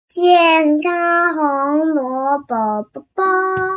健康红萝卜卜卜。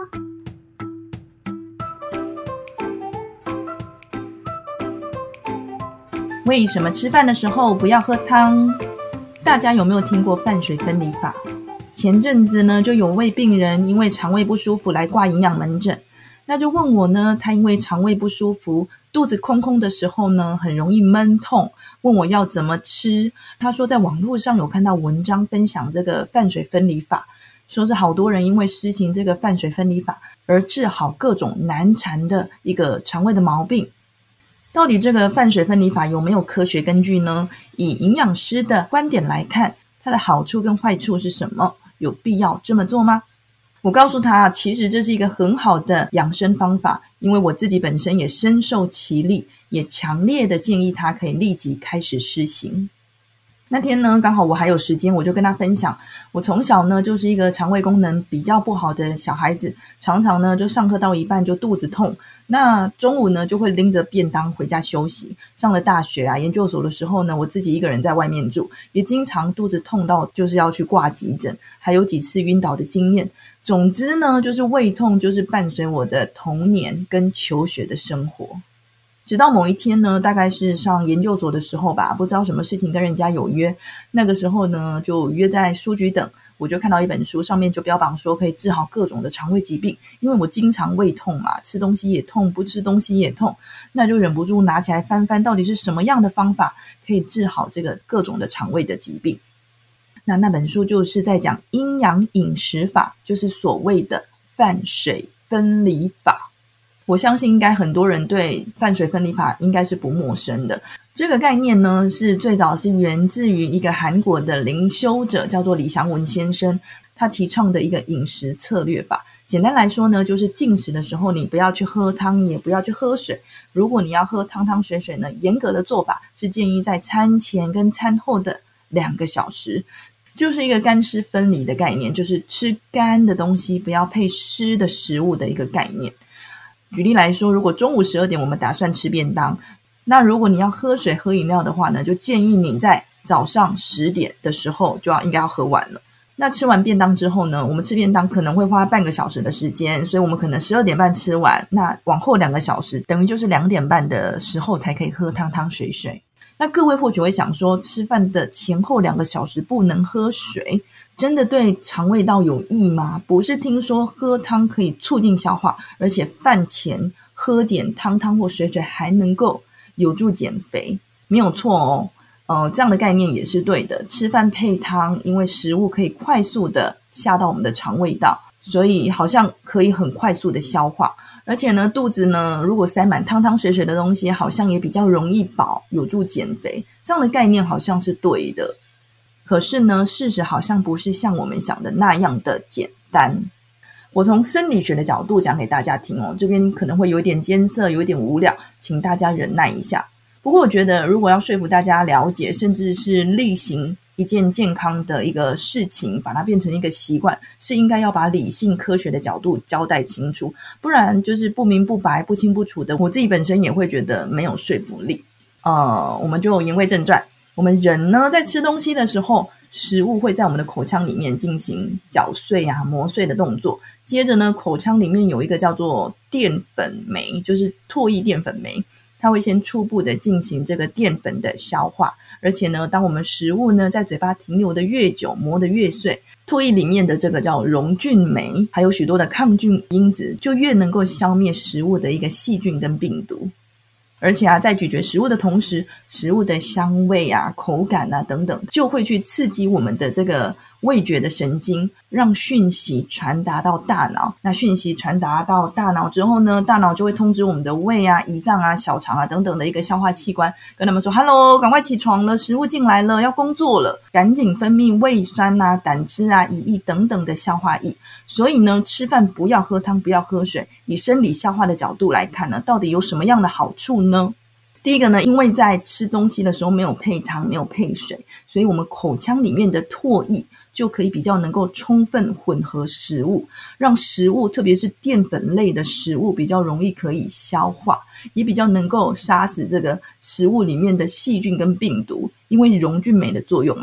为什么吃饭的时候不要喝汤？大家有没有听过饭水分离法？前阵子呢，就有位病人因为肠胃不舒服来挂营养门诊，那就问我呢，他因为肠胃不舒服，肚子空空的时候呢，很容易闷痛，问我要怎么吃。他说在网络上有看到文章分享这个饭水分离法，说是好多人因为施行这个饭水分离法而治好各种难缠的一个肠胃的毛病。到底这个饭水分离法有没有科学根据呢？以营养师的观点来看，它的好处跟坏处是什么？有必要这么做吗？我告诉他，其实这是一个很好的养生方法，因为我自己本身也深受其利，也强烈的建议他可以立即开始施行。那天呢，刚好我还有时间，我就跟他分享，我从小呢就是一个肠胃功能比较不好的小孩子，常常呢就上课到一半就肚子痛，那中午呢就会拎着便当回家休息。上了大学研究所的时候呢，我自己一个人在外面住，也经常肚子痛到就是要去挂急诊，还有几次晕倒的经验。总之呢，就是胃痛就是伴随我的童年跟求学的生活。直到某一天呢，大概是上研究所的时候吧，不知道什么事情跟人家有约，那个时候呢就约在书局等，我就看到一本书，上面就标榜说可以治好各种的肠胃疾病。因为我经常胃痛嘛，吃东西也痛，不吃东西也痛，那就忍不住拿起来翻翻，到底是什么样的方法可以治好这个各种的肠胃的疾病。那本书就是在讲阴阳饮食法，就是所谓的饭水分离法。我相信应该很多人对饭水分离法应该是不陌生的。这个概念呢，是最早是源自于一个韩国的灵修者，叫做李祥文先生，他提倡的一个饮食策略法。简单来说呢，就是进食的时候你不要去喝汤，也不要去喝水。如果你要喝汤汤水水呢，严格的做法是建议在餐前跟餐后的2个小时，就是一个干湿分离的概念，就是吃干的东西不要配湿的食物的一个概念。举例来说，如果中午12点我们打算吃便当，那如果你要喝水喝饮料的话呢，就建议你在早上10点的时候就应该要喝完了。那吃完便当之后呢，我们吃便当可能会花半个小时的时间，所以我们可能12点半吃完，那往后2个小时等于就是2点半的时候才可以喝汤汤水水。那各位或许会想说，吃饭的前后2个小时不能喝水，真的对肠胃道有益吗？不是听说喝汤可以促进消化，而且饭前喝点汤汤或水水还能够有助减肥，没有错哦。这样的概念也是对的。吃饭配汤，因为食物可以快速的下到我们的肠胃道，所以好像可以很快速的消化。而且呢，肚子呢如果塞满汤汤水水的东西，好像也比较容易饱，有助减肥。这样的概念好像是对的。可是呢，事实好像不是像我们想的那样的简单。我从生理学的角度讲给大家听这边可能会有一点艰涩，有一点无聊，请大家忍耐一下。不过我觉得如果要说服大家了解，甚至是例行一件健康的一个事情，把它变成一个习惯，是应该要把理性科学的角度交代清楚，不然就是不明不白不清不楚的，我自己本身也会觉得没有说服力。我们就言归正传。我们人呢在吃东西的时候，食物会在我们的口腔里面进行搅碎磨碎的动作，接着呢口腔里面有一个叫做淀粉酶，就是唾液淀粉酶，它会先初步的进行这个淀粉的消化，而且呢当我们食物呢在嘴巴停留的越久，磨得越碎，唾液里面的这个叫溶菌酶还有许多的抗菌因子，就越能够消灭食物的一个细菌跟病毒。而且在咀嚼食物的同时，食物的香味口感等等，就会去刺激我们的这个味觉的神经，让讯息传达到大脑。那讯息传达到大脑之后呢，大脑就会通知我们的胃胰脏小肠等等的一个消化器官，跟他们说 Hello， 赶快起床了，食物进来了，要工作了，赶紧分泌胃酸胆汁胰液等等的消化液。所以呢，吃饭不要喝汤，不要喝水。以生理消化的角度来看呢，到底有什么样的好处呢？第一个呢，因为在吃东西的时候没有配汤，没有配水，所以我们口腔里面的唾液就可以比较能够充分混合食物，让食物特别是淀粉类的食物比较容易可以消化，也比较能够杀死这个食物里面的细菌跟病毒，因为溶菌酶的作用嘛。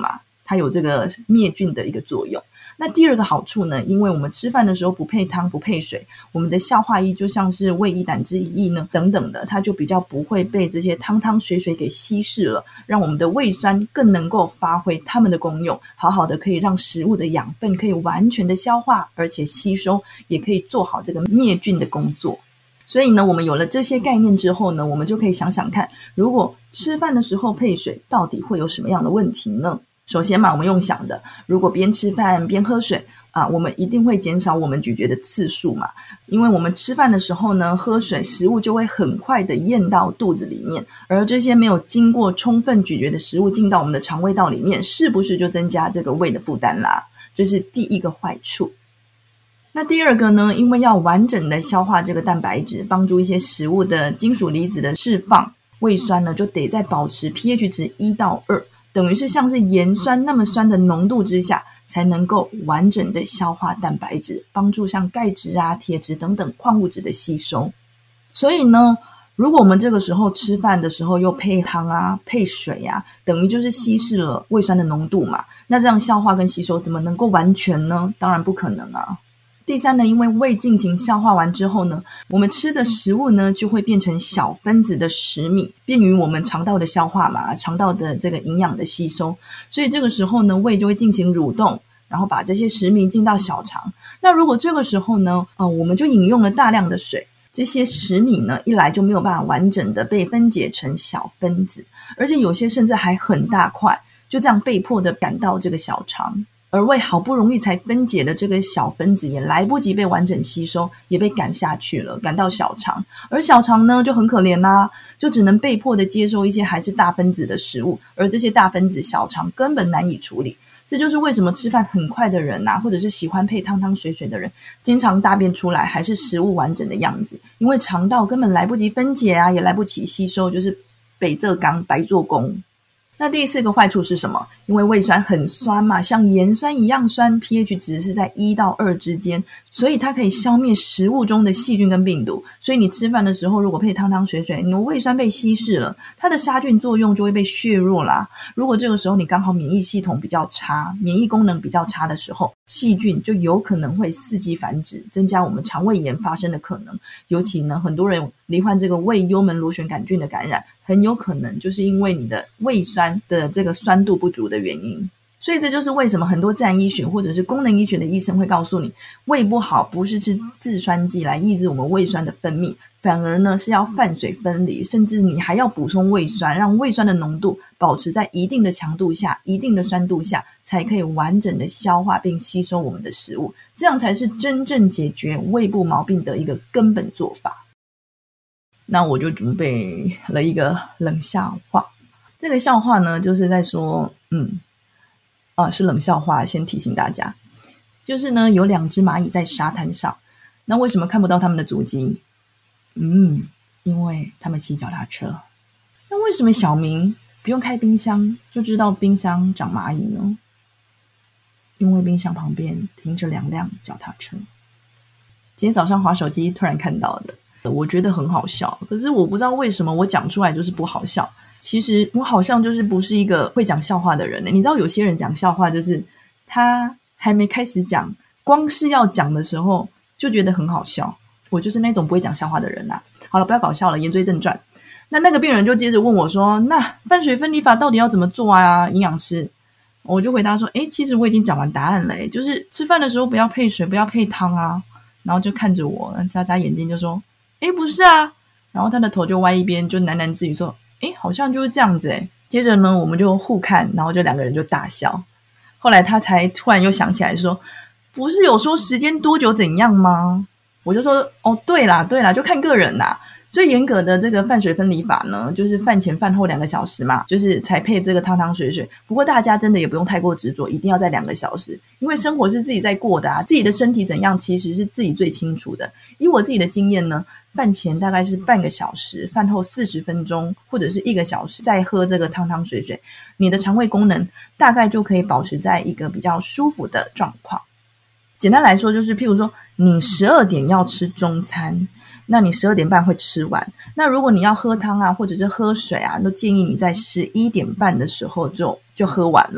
它有这个灭菌的一个作用。那第二个好处呢，因为我们吃饭的时候不配汤不配水，我们的消化液就像是胃液胆汁液呢等等的，它就比较不会被这些汤汤水水给稀释了，让我们的胃酸更能够发挥它们的功用，好好的可以让食物的养分可以完全的消化，而且吸收，也可以做好这个灭菌的工作。所以呢，我们有了这些概念之后呢，我们就可以想想看，如果吃饭的时候配水，到底会有什么样的问题呢？首先嘛，我们用想的，如果边吃饭边喝水我们一定会减少我们咀嚼的次数嘛，因为我们吃饭的时候呢，喝水，食物就会很快的咽到肚子里面，而这些没有经过充分咀嚼的食物进到我们的肠胃道里面，是不是就增加这个胃的负担啦？这是第一个坏处。那第二个呢，因为要完整的消化这个蛋白质，帮助一些食物的金属离子的释放，胃酸呢就得在保持 pH 值1到2，等于是像是盐酸那么酸的浓度之下，才能够完整的消化蛋白质，帮助像钙质啊、铁质等等矿物质的吸收。所以呢，如果我们这个时候吃饭的时候又配汤啊、配水啊，等于就是稀释了胃酸的浓度嘛，那这样消化跟吸收怎么能够完全呢？当然不可能啊。第三呢，因为胃进行消化完之后呢，我们吃的食物呢就会变成小分子的食糜，便于我们肠道的消化嘛，肠道的这个营养的吸收。所以这个时候呢，胃就会进行蠕动，然后把这些食糜进到小肠。那如果这个时候呢，我们就饮用了大量的水，这些食糜呢，一来就没有办法完整的被分解成小分子，而且有些甚至还很大块，就这样被迫的赶到这个小肠。而胃好不容易才分解的这个小分子也来不及被完整吸收，也被赶下去了，赶到小肠。而小肠呢就很可怜啦，就只能被迫的接受一些还是大分子的食物，而这些大分子小肠根本难以处理。这就是为什么吃饭很快的人或者是喜欢配汤汤水水的人，经常大便出来还是食物完整的样子，因为肠道根本来不及分解也来不及吸收，就是北浙刚白做工。那第四个坏处是什么？因为胃酸很酸嘛，像盐酸一样酸， pH 值是在1到2之间，所以它可以消灭食物中的细菌跟病毒。所以你吃饭的时候如果配汤汤水水，你的胃酸被稀释了，它的杀菌作用就会被削弱啦。如果这个时候你刚好免疫系统比较差，免疫功能比较差的时候，细菌就有可能会伺机繁殖，增加我们肠胃炎发生的可能。尤其呢，很多人罹患这个胃幽门螺旋杆菌的感染，很有可能就是因为你的胃酸的这个酸度不足的原因。所以这就是为什么很多自然医学或者是功能医学的医生会告诉你，胃不好不是吃制酸剂来抑制我们胃酸的分泌，反而呢是要饭水分离，甚至你还要补充胃酸，让胃酸的浓度保持在一定的强度下、一定的酸度下，才可以完整的消化并吸收我们的食物，这样才是真正解决胃部毛病的一个根本做法。那我就准备了一个冷笑话，这个笑话呢就是在说是冷笑话，先提醒大家，就是呢有2只蚂蚁在沙滩上，那为什么看不到它们的足迹？因为他们骑脚踏车。那为什么小明不用开冰箱就知道冰箱长蚂蚁呢？因为冰箱旁边停着2辆脚踏车。今天早上滑手机突然看到的，我觉得很好笑，可是我不知道为什么我讲出来就是不好笑。其实我好像就是不是一个会讲笑话的人你知道有些人讲笑话就是他还没开始讲，光是要讲的时候就觉得很好笑，我就是那种不会讲笑话的人好了，不要搞笑了，言归正传。那个病人就接着问我说，那饭水分离法到底要怎么做啊，营养师？我就回答说其实我已经讲完答案了就是吃饭的时候不要配水，不要配汤啊。然后就看着我眨眨眼睛就说不是啊，然后他的头就歪一边，就喃喃自语说好像就是这样子接着呢我们就互看，然后就2个人就大笑。后来他才突然又想起来说，不是有说时间多久怎样吗？我就说对啦，就看个人啦。最严格的这个饭水分离法呢，就是饭前饭后2个小时嘛，就是才配这个汤汤水水。不过大家真的也不用太过执着，一定要在2个小时，因为生活是自己在过的自己的身体怎样其实是自己最清楚的。以我自己的经验呢，饭前大概是半个小时，饭后40分钟或者是1个小时再喝这个汤汤水水，你的肠胃功能大概就可以保持在一个比较舒服的状况。简单来说就是譬如说你12点要吃中餐，那你12点半会吃完，那如果你要喝汤或者是喝水都建议你在11点半的时候就喝完了，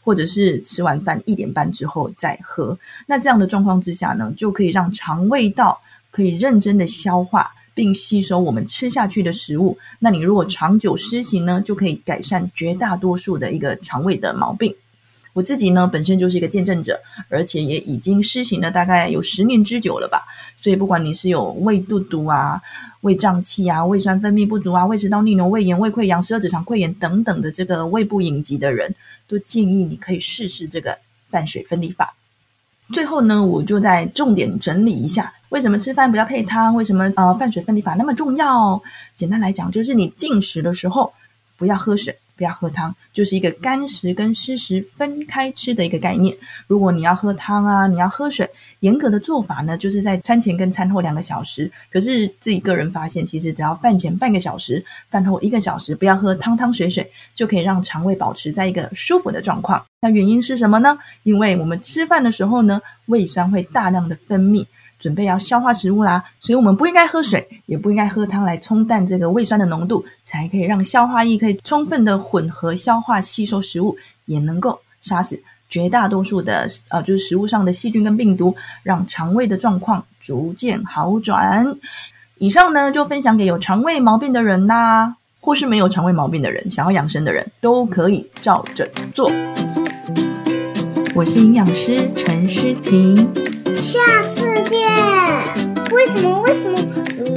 或者是吃完饭1点半之后再喝。那这样的状况之下呢，就可以让肠胃道可以认真的消化并吸收我们吃下去的食物。那你如果长久施行呢，就可以改善绝大多数的一个肠胃的毛病。我自己呢本身就是一个见证者，而且也已经施行了大概有10年之久了吧。所以不管你是有胃肚肚啊、胃胀气啊、胃酸分泌不足啊、胃食道逆流、胃炎、胃溃疡、十二指肠溃炎等等的这个胃部隐疾的人，都建议你可以试试这个饭水分离法。最后呢，我就再重点整理一下为什么吃饭不要配汤，为什么饭水分离法那么重要。简单来讲，就是你进食的时候不要喝水，不要喝汤，就是一个干食跟湿食分开吃的一个概念。如果你要喝汤啊，你要喝水，严格的做法呢，就是在餐前跟餐后2个小时。可是自己个人发现，其实只要饭前半个小时，饭后1个小时，不要喝汤汤水水，就可以让肠胃保持在一个舒服的状况。那原因是什么呢？因为我们吃饭的时候呢，胃酸会大量的分泌，准备要消化食物啦，所以我们不应该喝水，也不应该喝汤来冲淡这个胃酸的浓度，才可以让消化液可以充分的混合消化吸收食物，也能够杀死绝大多数的就是食物上的细菌跟病毒，让肠胃的状况逐渐好转。以上呢就分享给有肠胃毛病的人啦，或是没有肠胃毛病的人，想要养生的人都可以照着做。我是营养师陈诗婷， 下次见。为什么